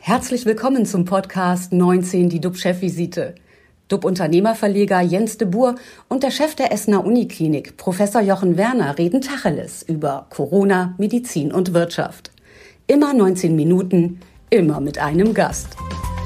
Herzlich willkommen zum Podcast 19, die DUB-Chefvisite. DUB-Unternehmerverleger Jens de Boer und der Chef der Essener Uniklinik, Professor Jochen Werner, reden Tacheles über Corona, Medizin und Wirtschaft. Immer 19 Minuten, immer mit einem Gast.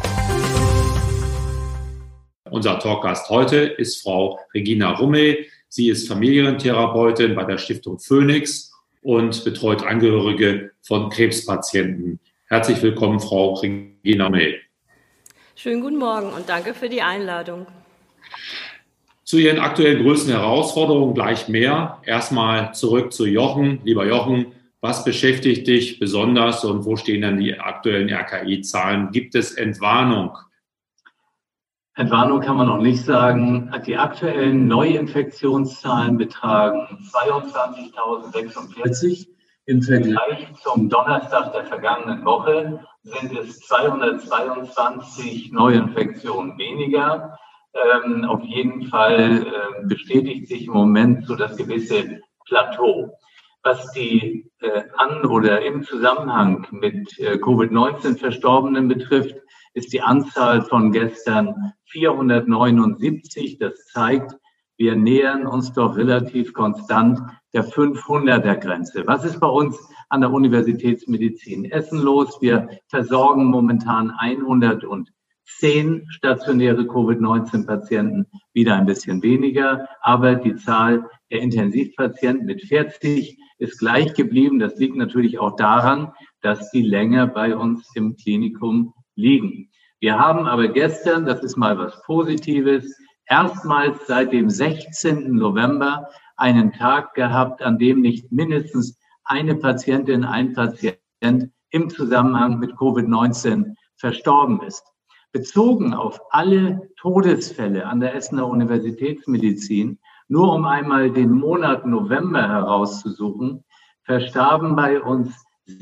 Unser Talkgast heute ist Frau Regina Rummel. Sie ist Familientherapeutin bei der Stiftung Phoenix und betreut Angehörige von Krebspatienten. Herzlich willkommen, Frau Regina Rummel. Schönen guten Morgen und danke für die Einladung. Zu Ihren aktuellen größten Herausforderungen gleich mehr. Erstmal zurück zu Jochen. Lieber Jochen, was beschäftigt dich besonders und wo stehen dann die aktuellen RKI-Zahlen? Gibt es Entwarnung? Entwarnung kann man noch nicht sagen. Die aktuellen Neuinfektionszahlen betragen 22.046. Im Vergleich zum Donnerstag der vergangenen Woche sind es 222 Neuinfektionen weniger. Auf jeden Fall bestätigt sich im Moment so das gewisse Plateau. Was die an oder im Zusammenhang mit Covid-19 Verstorbenen betrifft, ist die Anzahl von gestern 479. Das zeigt, wir nähern uns doch relativ konstant der 500er-Grenze. Was ist bei uns an der Universitätsmedizin Essen los? Wir versorgen momentan 110 stationäre Covid-19-Patienten, wieder ein bisschen weniger. Aber die Zahl der Intensivpatienten mit 40 ist gleich geblieben. Das liegt natürlich auch daran, dass die länger bei uns im Klinikum liegen. Wir haben aber gestern, das ist mal was Positives, erstmals seit dem 16. November einen Tag gehabt, an dem nicht mindestens eine Patientin, ein Patient im Zusammenhang mit Covid-19 verstorben ist. Bezogen auf alle Todesfälle an der Essener Universitätsmedizin, nur um einmal den Monat November herauszusuchen, verstarben bei uns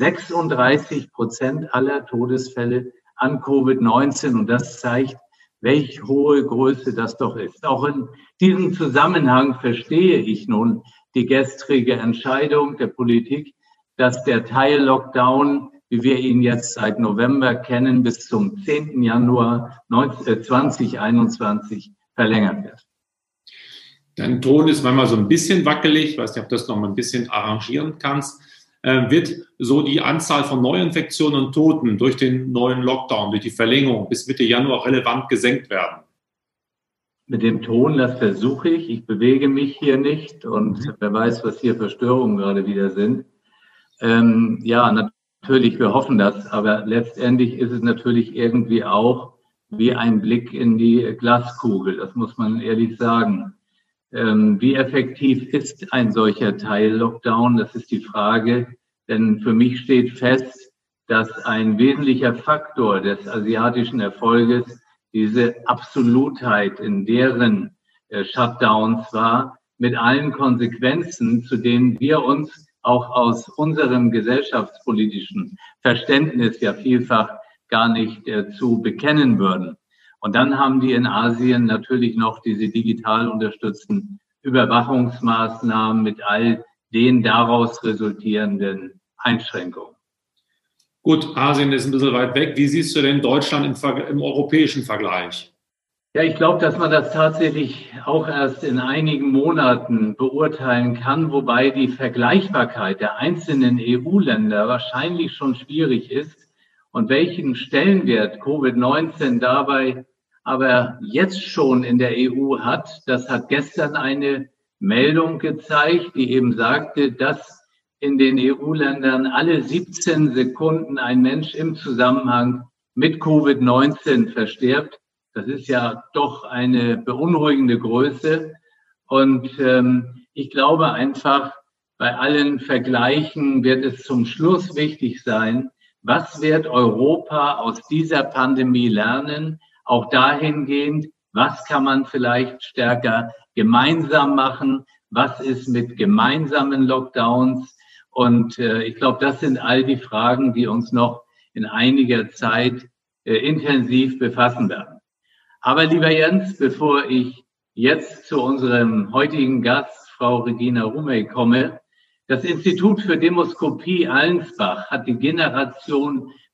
36% aller Todesfälle an Covid-19 und das zeigt, welch hohe Größe das doch ist. Auch in diesem Zusammenhang verstehe ich nun die gestrige Entscheidung der Politik, dass der Teil-Lockdown, wie wir ihn jetzt seit November kennen, bis zum 10. Januar 2021 verlängert wird. Dein Ton ist manchmal so ein bisschen wackelig. Ich weiß nicht, ob du das noch mal ein bisschen arrangieren kannst. Wird so die Anzahl von Neuinfektionen und Toten durch den neuen Lockdown, durch die Verlängerung bis Mitte Januar relevant gesenkt werden? Mit dem Ton, das versuche ich. Ich bewege mich hier nicht und wer weiß, was hier für Störungen gerade wieder sind. Ja, natürlich, wir hoffen das, aber letztendlich ist es natürlich irgendwie auch wie ein Blick in die Glaskugel. Das muss man ehrlich sagen. Wie effektiv ist ein solcher Teil-Lockdown? Das ist die Frage, denn für mich steht fest, dass ein wesentlicher Faktor des asiatischen Erfolges diese Absolutheit in deren Shutdowns war, mit allen Konsequenzen, zu denen wir uns auch aus unserem gesellschaftspolitischen Verständnis ja vielfach gar nicht zu bekennen würden. Und dann haben die in Asien natürlich noch diese digital unterstützten Überwachungsmaßnahmen mit all den daraus resultierenden Einschränkungen. Gut, Asien ist ein bisschen weit weg. Wie siehst du denn Deutschland im europäischen Vergleich? Ja, ich glaube, dass man das tatsächlich auch erst in einigen Monaten beurteilen kann, wobei die Vergleichbarkeit der einzelnen EU-Länder wahrscheinlich schon schwierig ist. Und welchen Stellenwert Covid-19 dabei aber jetzt schon in der EU hat, das hat gestern eine Meldung gezeigt, die eben sagte, dass in den EU-Ländern alle 17 Sekunden ein Mensch im Zusammenhang mit Covid-19 verstirbt. Das ist ja doch eine beunruhigende Größe. Und ich glaube einfach, bei allen Vergleichen wird es zum Schluss wichtig sein, was wird Europa aus dieser Pandemie lernen? Auch dahingehend, was kann man vielleicht stärker gemeinsam machen? Was ist mit gemeinsamen Lockdowns? Und ich glaube, das sind all die Fragen, die uns noch in einiger Zeit intensiv befassen werden. Aber lieber Jens, bevor ich jetzt zu unserem heutigen Gast, Frau Regina Rummel, komme, das Institut für Demoskopie Allensbach hat die Generation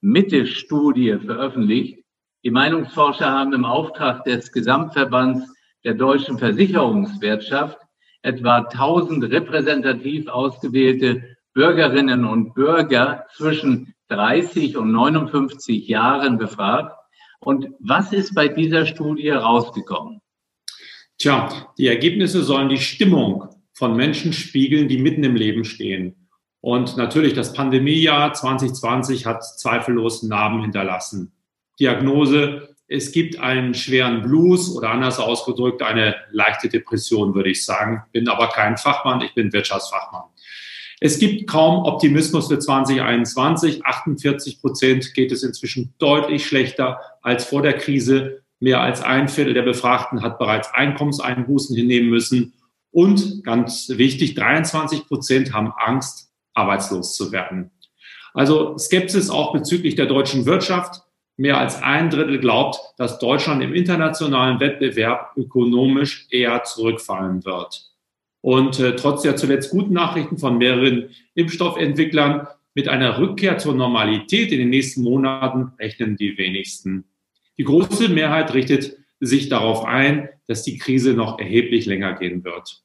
Mitte-Studie veröffentlicht. Die Meinungsforscher haben im Auftrag des Gesamtverbands der deutschen Versicherungswirtschaft etwa 1000 repräsentativ ausgewählte Bürgerinnen und Bürger zwischen 30 und 59 Jahren befragt. Und was ist bei dieser Studie rausgekommen? Tja, die Ergebnisse sollen die Stimmung von Menschen spiegeln, die mitten im Leben stehen. Und natürlich, das Pandemiejahr 2020 hat zweifellos Narben hinterlassen. Diagnose: Es gibt einen schweren Blues oder anders ausgedrückt eine leichte Depression, würde ich sagen. Bin aber kein Fachmann, ich bin Wirtschaftsfachmann. Es gibt kaum Optimismus für 2021. 48% geht es inzwischen deutlich schlechter als vor der Krise. Mehr als ein Viertel der Befragten hat bereits Einkommenseinbußen hinnehmen müssen. Und ganz wichtig, 23% haben Angst, arbeitslos zu werden. Also Skepsis auch bezüglich der deutschen Wirtschaft. Mehr als ein Drittel glaubt, dass Deutschland im internationalen Wettbewerb ökonomisch eher zurückfallen wird. Und trotz der zuletzt guten Nachrichten von mehreren Impfstoffentwicklern mit einer Rückkehr zur Normalität in den nächsten Monaten rechnen die wenigsten. Die große Mehrheit richtet sich darauf ein, dass die Krise noch erheblich länger gehen wird.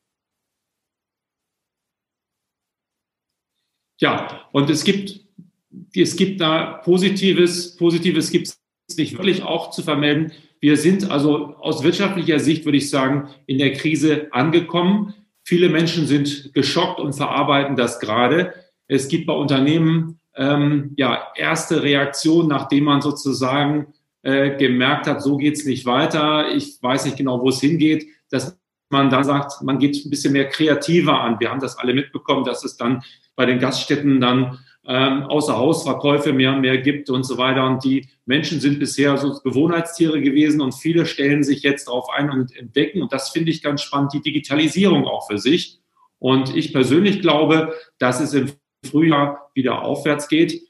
Ja, und es gibt da Positives gibt es nicht wirklich auch zu vermelden. Wir sind also aus wirtschaftlicher Sicht, würde ich sagen, in der Krise angekommen. Viele Menschen sind geschockt und verarbeiten das gerade. Es gibt bei Unternehmen erste Reaktionen, nachdem man sozusagen gemerkt hat, so geht's nicht weiter. Ich weiß nicht genau, wo es hingeht, dass man dann sagt, man geht ein bisschen mehr kreativer an. Wir haben das alle mitbekommen, dass es dann bei den Gaststätten dann Außerhausverkäufe mehr und mehr gibt und so weiter. Und die Menschen sind bisher so Gewohnheitstiere gewesen und viele stellen sich jetzt darauf ein und entdecken, und das finde ich ganz spannend, die Digitalisierung auch für sich. Und ich persönlich glaube, dass es im Frühjahr wieder aufwärts geht.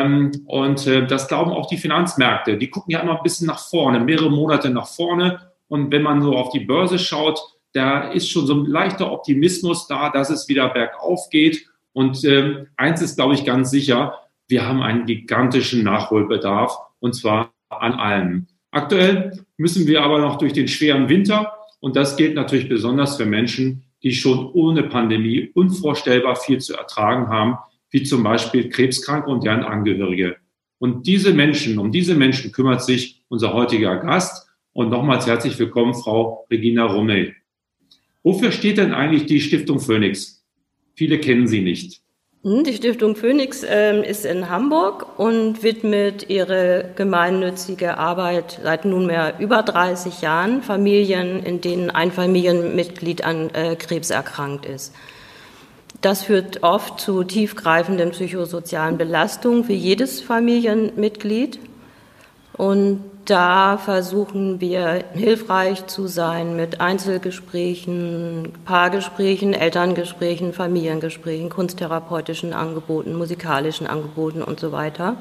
Das glauben auch die Finanzmärkte. Die gucken ja immer ein bisschen nach vorne, mehrere Monate nach vorne. Und wenn man so auf die Börse schaut, da ist schon so ein leichter Optimismus da, dass es wieder bergauf geht. Und eins ist, glaube ich, ganz sicher: Wir haben einen gigantischen Nachholbedarf, und zwar an allem. Aktuell müssen wir aber noch durch den schweren Winter, und das gilt natürlich besonders für Menschen, die schon ohne Pandemie unvorstellbar viel zu ertragen haben, wie zum Beispiel Krebskranke und deren Angehörige. Und um diese Menschen kümmert sich unser heutiger Gast. Und nochmals herzlich willkommen, Frau Regina Rummel. Wofür steht denn eigentlich die Stiftung Phoenix? Viele kennen sie nicht. Die Stiftung Phoenix ist in Hamburg und widmet ihre gemeinnützige Arbeit seit nunmehr über 30 Jahren Familien, in denen ein Familienmitglied an Krebs erkrankt ist. Das führt oft zu tiefgreifenden psychosozialen Belastungen für jedes Familienmitglied. Und da versuchen wir hilfreich zu sein mit Einzelgesprächen, Paargesprächen, Elterngesprächen, Familiengesprächen, kunsttherapeutischen Angeboten, musikalischen Angeboten und so weiter.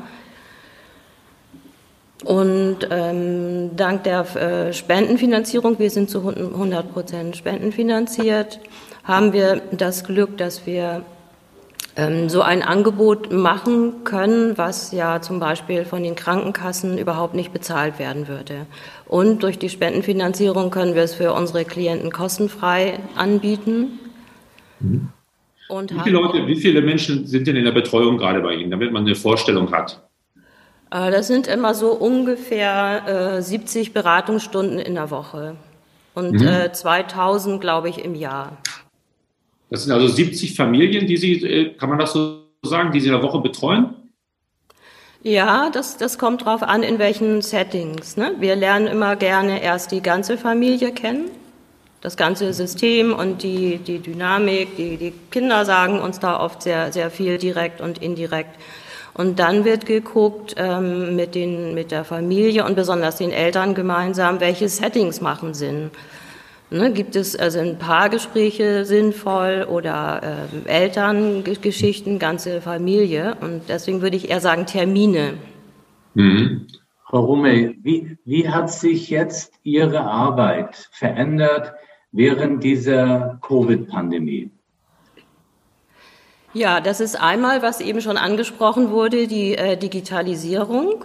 Und dank der Spendenfinanzierung, wir sind zu 100% spendenfinanziert, haben wir das Glück, dass wir so ein Angebot machen können, was ja zum Beispiel von den Krankenkassen überhaupt nicht bezahlt werden würde. Und durch die Spendenfinanzierung können wir es für unsere Klienten kostenfrei anbieten. Mhm. Und wie viele Menschen sind denn in der Betreuung gerade bei Ihnen, damit man eine Vorstellung hat? Das sind immer so ungefähr 70 Beratungsstunden in der Woche und 2000, glaube ich, im Jahr. Das sind also 70 Familien, die Sie, kann man das so sagen, die Sie in der Woche betreuen? Ja, das kommt drauf an, in welchen Settings. Ne? Wir lernen immer gerne erst die ganze Familie kennen, das ganze System und die Dynamik. Die Kinder sagen uns da oft sehr, sehr viel direkt und indirekt. Und dann wird geguckt mit der Familie und besonders den Eltern gemeinsam, welche Settings machen Sinn. Ne, gibt es also ein Paargespräche sinnvoll oder Elterngeschichten, ganze Familie? Und deswegen würde ich eher sagen Termine. Mhm. Frau Rummel, wie hat sich jetzt Ihre Arbeit verändert während dieser Covid-Pandemie? Ja, das ist einmal, was eben schon angesprochen wurde, die Digitalisierung.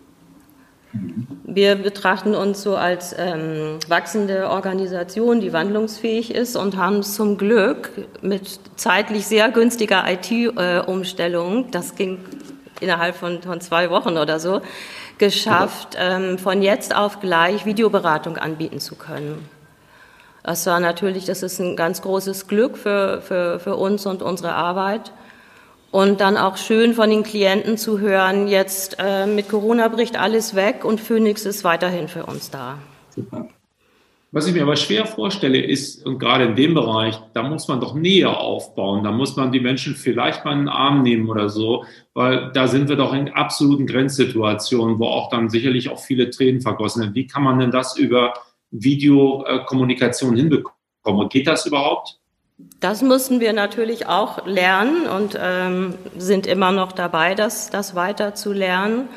Wir betrachten uns so als wachsende Organisation, die wandlungsfähig ist und haben zum Glück mit zeitlich sehr günstiger IT-Umstellung, das ging innerhalb von 2 Wochen oder so, geschafft, von jetzt auf gleich Videoberatung anbieten zu können. Das ist ein ganz großes Glück für uns und unsere Arbeit. Und dann auch schön von den Klienten zu hören, jetzt mit Corona bricht alles weg und Phoenix ist weiterhin für uns da. Super. Was ich mir aber schwer vorstelle ist, und gerade in dem Bereich, da muss man doch Nähe aufbauen, da muss man die Menschen vielleicht mal in den Arm nehmen oder so, weil da sind wir doch in absoluten Grenzsituationen, wo auch dann sicherlich auch viele Tränen vergossen werden. Wie kann man denn das über Videokommunikation hinbekommen? Geht das überhaupt? Das mussten wir natürlich auch lernen und sind immer noch dabei, das weiter zu lernen.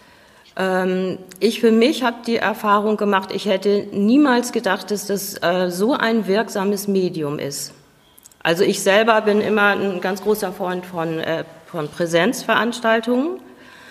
Ich für mich habe die Erfahrung gemacht, ich hätte niemals gedacht, dass das so ein wirksames Medium ist. Also ich selber bin immer ein ganz großer Freund von Präsenzveranstaltungen.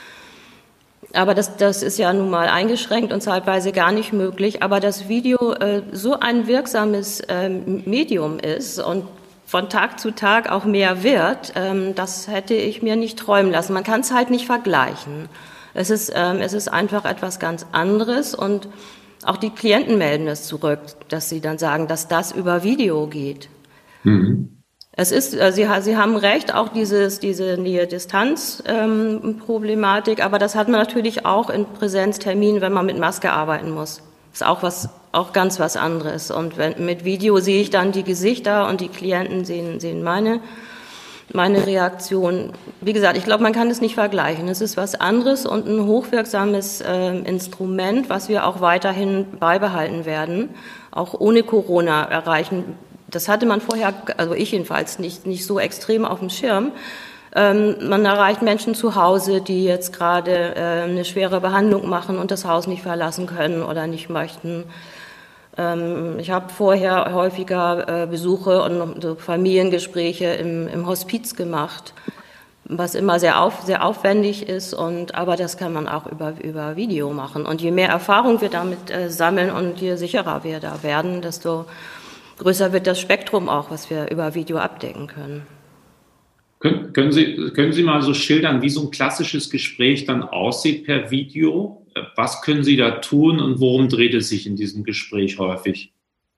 Aber das ist ja nun mal eingeschränkt und zeitweise gar nicht möglich. Aber das Video so ein wirksames Medium ist und von Tag zu Tag auch mehr wird, das hätte ich mir nicht träumen lassen. Man kann es halt nicht vergleichen. Es ist einfach etwas ganz anderes und auch die Klienten melden es zurück, dass sie dann sagen, dass das über Video geht. Mhm. Sie haben recht, auch diese Nähe-Distanz-Problematik, aber das hat man natürlich auch in Präsenzterminen, wenn man mit Maske arbeiten muss. Das ist auch ganz was anderes. Und mit Video sehe ich dann die Gesichter und die Klienten sehen meine Reaktion. Wie gesagt, ich glaube, man kann es nicht vergleichen. Es ist was anderes und ein hochwirksames Instrument, was wir auch weiterhin beibehalten werden, auch ohne Corona erreichen. Das hatte man vorher, also ich jedenfalls, nicht so extrem auf dem Schirm. Man erreicht Menschen zu Hause, die jetzt gerade eine schwere Behandlung machen und das Haus nicht verlassen können oder nicht möchten. Ich habe vorher häufiger Besuche und so Familiengespräche im Hospiz gemacht, was immer sehr aufwendig ist, aber das kann man auch über Video machen. Und je mehr Erfahrung wir damit sammeln und je sicherer wir da werden, desto größer wird das Spektrum auch, was wir über Video abdecken können. Können Sie mal so schildern, wie so ein klassisches Gespräch dann aussieht per Video? Was können Sie da tun und worum dreht es sich in diesem Gespräch häufig?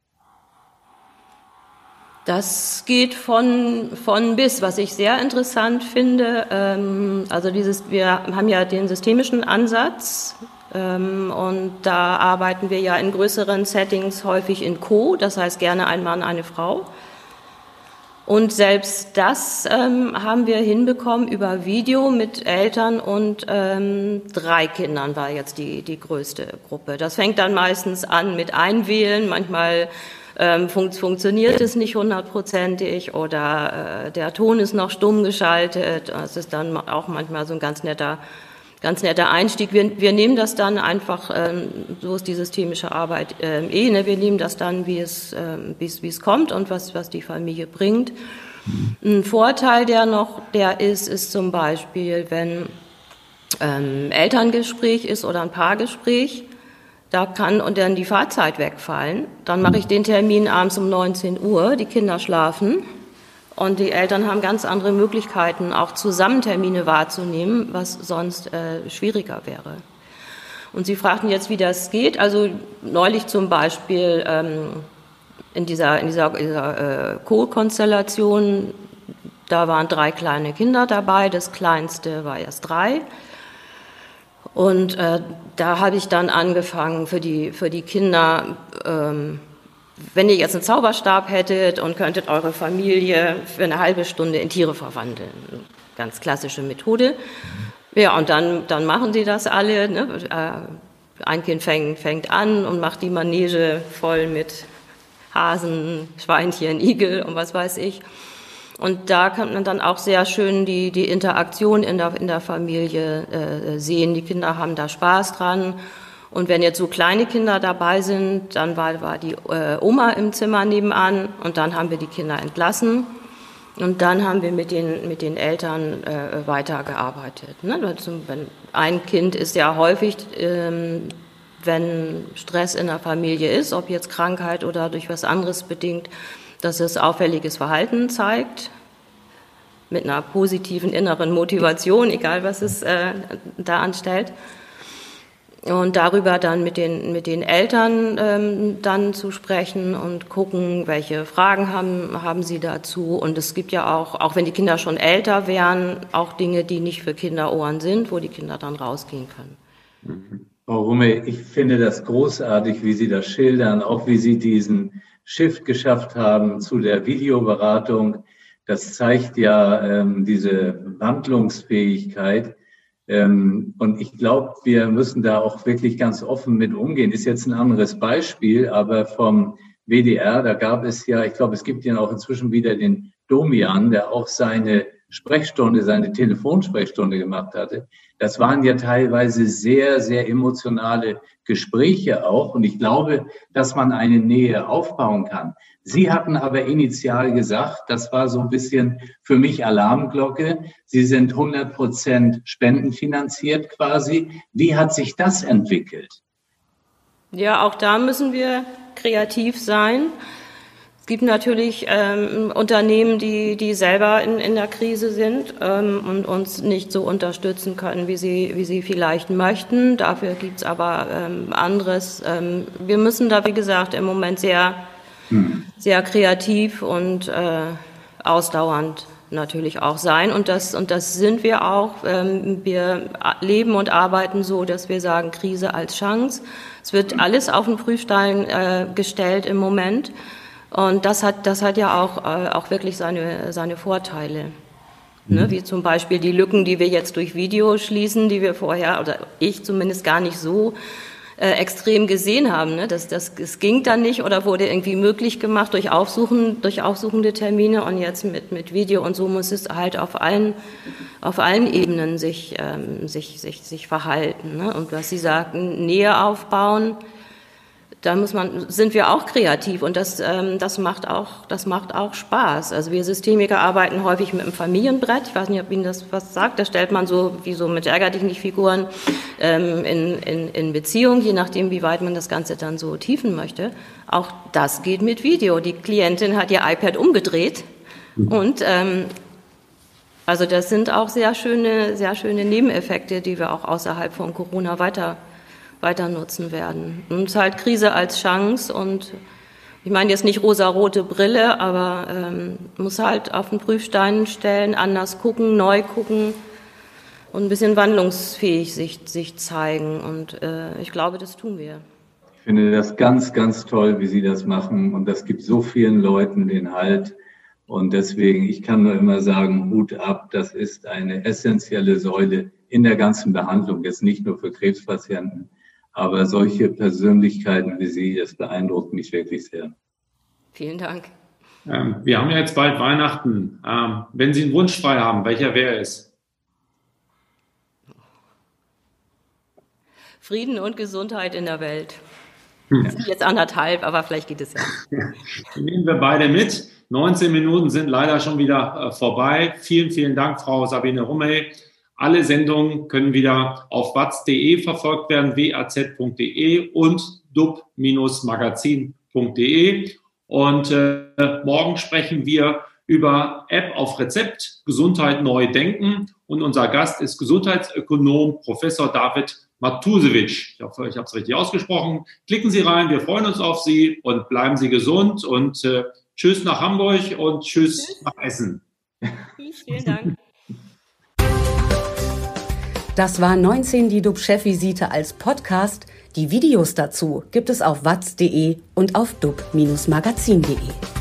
Das geht von bis, was ich sehr interessant finde. Wir haben ja den systemischen Ansatz. Und da arbeiten wir ja in größeren Settings häufig in das heißt gerne ein Mann, eine Frau. Und selbst das haben wir hinbekommen über Video mit Eltern und 3 Kindern war jetzt die größte Gruppe. Das fängt dann meistens an mit Einwählen, manchmal funktioniert es nicht 100%ig oder der Ton ist noch stumm geschaltet. Das ist dann auch manchmal so ein ganz netter Einstieg. Wir nehmen das dann einfach, so ist die systemische Arbeit wir nehmen das dann, wie es kommt und was die Familie bringt. Ein Vorteil, der ist zum Beispiel, wenn Elterngespräch ist oder ein Paargespräch, da kann und dann die Fahrzeit wegfallen. Dann mache ich den Termin abends um 19 Uhr, die Kinder schlafen. Und die Eltern haben ganz andere Möglichkeiten, auch Zusammentermine wahrzunehmen, was sonst schwieriger wäre. Und Sie fragten jetzt, wie das geht. Also neulich zum Beispiel in dieser Co-Konstellation, da waren 3 kleine Kinder dabei, das kleinste war erst 3. Und da habe ich dann angefangen für die Kinder, wenn ihr jetzt einen Zauberstab hättet und könntet eure Familie für eine halbe Stunde in Tiere verwandeln. Ganz klassische Methode. Ja, und dann machen sie das alle. Ne? Ein Kind fängt an und macht die Manege voll mit Hasen, Schweinchen, Igel und was weiß ich. Und da kann man dann auch sehr schön die Interaktion in der Familie sehen. Die Kinder haben da Spaß dran. Und wenn jetzt so kleine Kinder dabei sind, dann war die Oma im Zimmer nebenan und dann haben wir die Kinder entlassen. Und dann haben wir mit den Eltern weitergearbeitet. Ne? Wenn ein Kind ist ja häufig, wenn Stress in der Familie ist, ob jetzt Krankheit oder durch was anderes bedingt, dass es auffälliges Verhalten zeigt, mit einer positiven inneren Motivation, egal was es da anstellt. Und darüber dann mit den Eltern dann zu sprechen und gucken, welche Fragen haben sie dazu. Und es gibt ja auch wenn die Kinder schon älter wären, auch Dinge, die nicht für Kinderohren sind, wo die Kinder dann rausgehen können. Frau Rumme, ich finde das großartig, wie Sie das schildern, auch wie Sie diesen Shift geschafft haben zu der Videoberatung. Das zeigt ja diese Wandlungsfähigkeit. Und ich glaube, wir müssen da auch wirklich ganz offen mit umgehen. Ist jetzt ein anderes Beispiel, aber vom WDR, da gab es ja, ich glaube, es gibt ja auch inzwischen wieder den Domian, der auch seine Telefonsprechstunde gemacht hatte. Das waren ja teilweise sehr, sehr emotionale Gespräche auch. Und ich glaube, dass man eine Nähe aufbauen kann. Sie hatten aber initial gesagt, das war so ein bisschen für mich Alarmglocke. Sie sind 100% spendenfinanziert quasi. Wie hat sich das entwickelt? Ja, auch da müssen wir kreativ sein. Es gibt natürlich Unternehmen, die selber in der Krise sind und uns nicht so unterstützen können, wie sie vielleicht möchten. Dafür gibt's aber anderes. Wir müssen da, wie gesagt, im Moment sehr kreativ und ausdauernd natürlich auch sein. Und das sind wir auch. Wir leben und arbeiten so, dass wir sagen, Krise als Chance. Es wird alles auf den Prüfstein gestellt im Moment. Und das hat ja auch wirklich seine Vorteile. Ne? Wie zum Beispiel die Lücken, die wir jetzt durch Video schließen, die wir vorher, oder ich zumindest gar nicht so extrem gesehen haben. Ne? Das ging dann nicht oder wurde irgendwie möglich gemacht durch aufsuchende Termine, und jetzt mit Video und so muss es halt auf allen Ebenen sich verhalten. Ne? Und was Sie sagten, Nähe aufbauen, da sind wir auch kreativ, und das macht auch Spaß. Also wir Systemiker arbeiten häufig mit einem Familienbrett. Ich weiß nicht, ob Ihnen das was sagt. Da stellt man so mit Ärger dich nicht Figuren in Beziehung, je nachdem, wie weit man das Ganze dann so tiefen möchte. Auch das geht mit Video. Die Klientin hat ihr iPad umgedreht und also das sind auch sehr schöne Nebeneffekte, die wir auch außerhalb von Corona weiter nutzen werden. Und es ist halt Krise als Chance, und ich meine jetzt nicht rosa-rote Brille, aber muss halt auf den Prüfstein stellen, anders gucken, neu gucken und ein bisschen wandlungsfähig sich zeigen, und ich glaube, das tun wir. Ich finde das ganz, ganz toll, wie Sie das machen, und das gibt so vielen Leuten den Halt, und deswegen, ich kann nur immer sagen, Hut ab, das ist eine essentielle Säule in der ganzen Behandlung, jetzt nicht nur für Krebspatienten. Aber solche Persönlichkeiten wie Sie, das beeindruckt mich wirklich sehr. Vielen Dank. Wir haben ja jetzt bald Weihnachten. Wenn Sie einen Wunsch frei haben, welcher wäre es? Frieden und Gesundheit in der Welt. Das sind jetzt 1,5, aber vielleicht geht es ja. Die nehmen wir beide mit. 19 Minuten sind leider schon wieder vorbei. Vielen, vielen Dank, Frau Sabine Rumme. Alle Sendungen können wieder auf watz.de verfolgt werden, waz.de und dub-magazin.de. Und morgen sprechen wir über App auf Rezept, Gesundheit neu denken. Und unser Gast ist Gesundheitsökonom Professor David Matušević. Ich hoffe, ich habe es richtig ausgesprochen. Klicken Sie rein, wir freuen uns auf Sie und bleiben Sie gesund. Und tschüss nach Hamburg und tschüss nach Essen. Tschüss, vielen Dank. Das war 19 die DUB-Chefvisite als Podcast. Die Videos dazu gibt es auf watz.de und auf dub-magazin.de.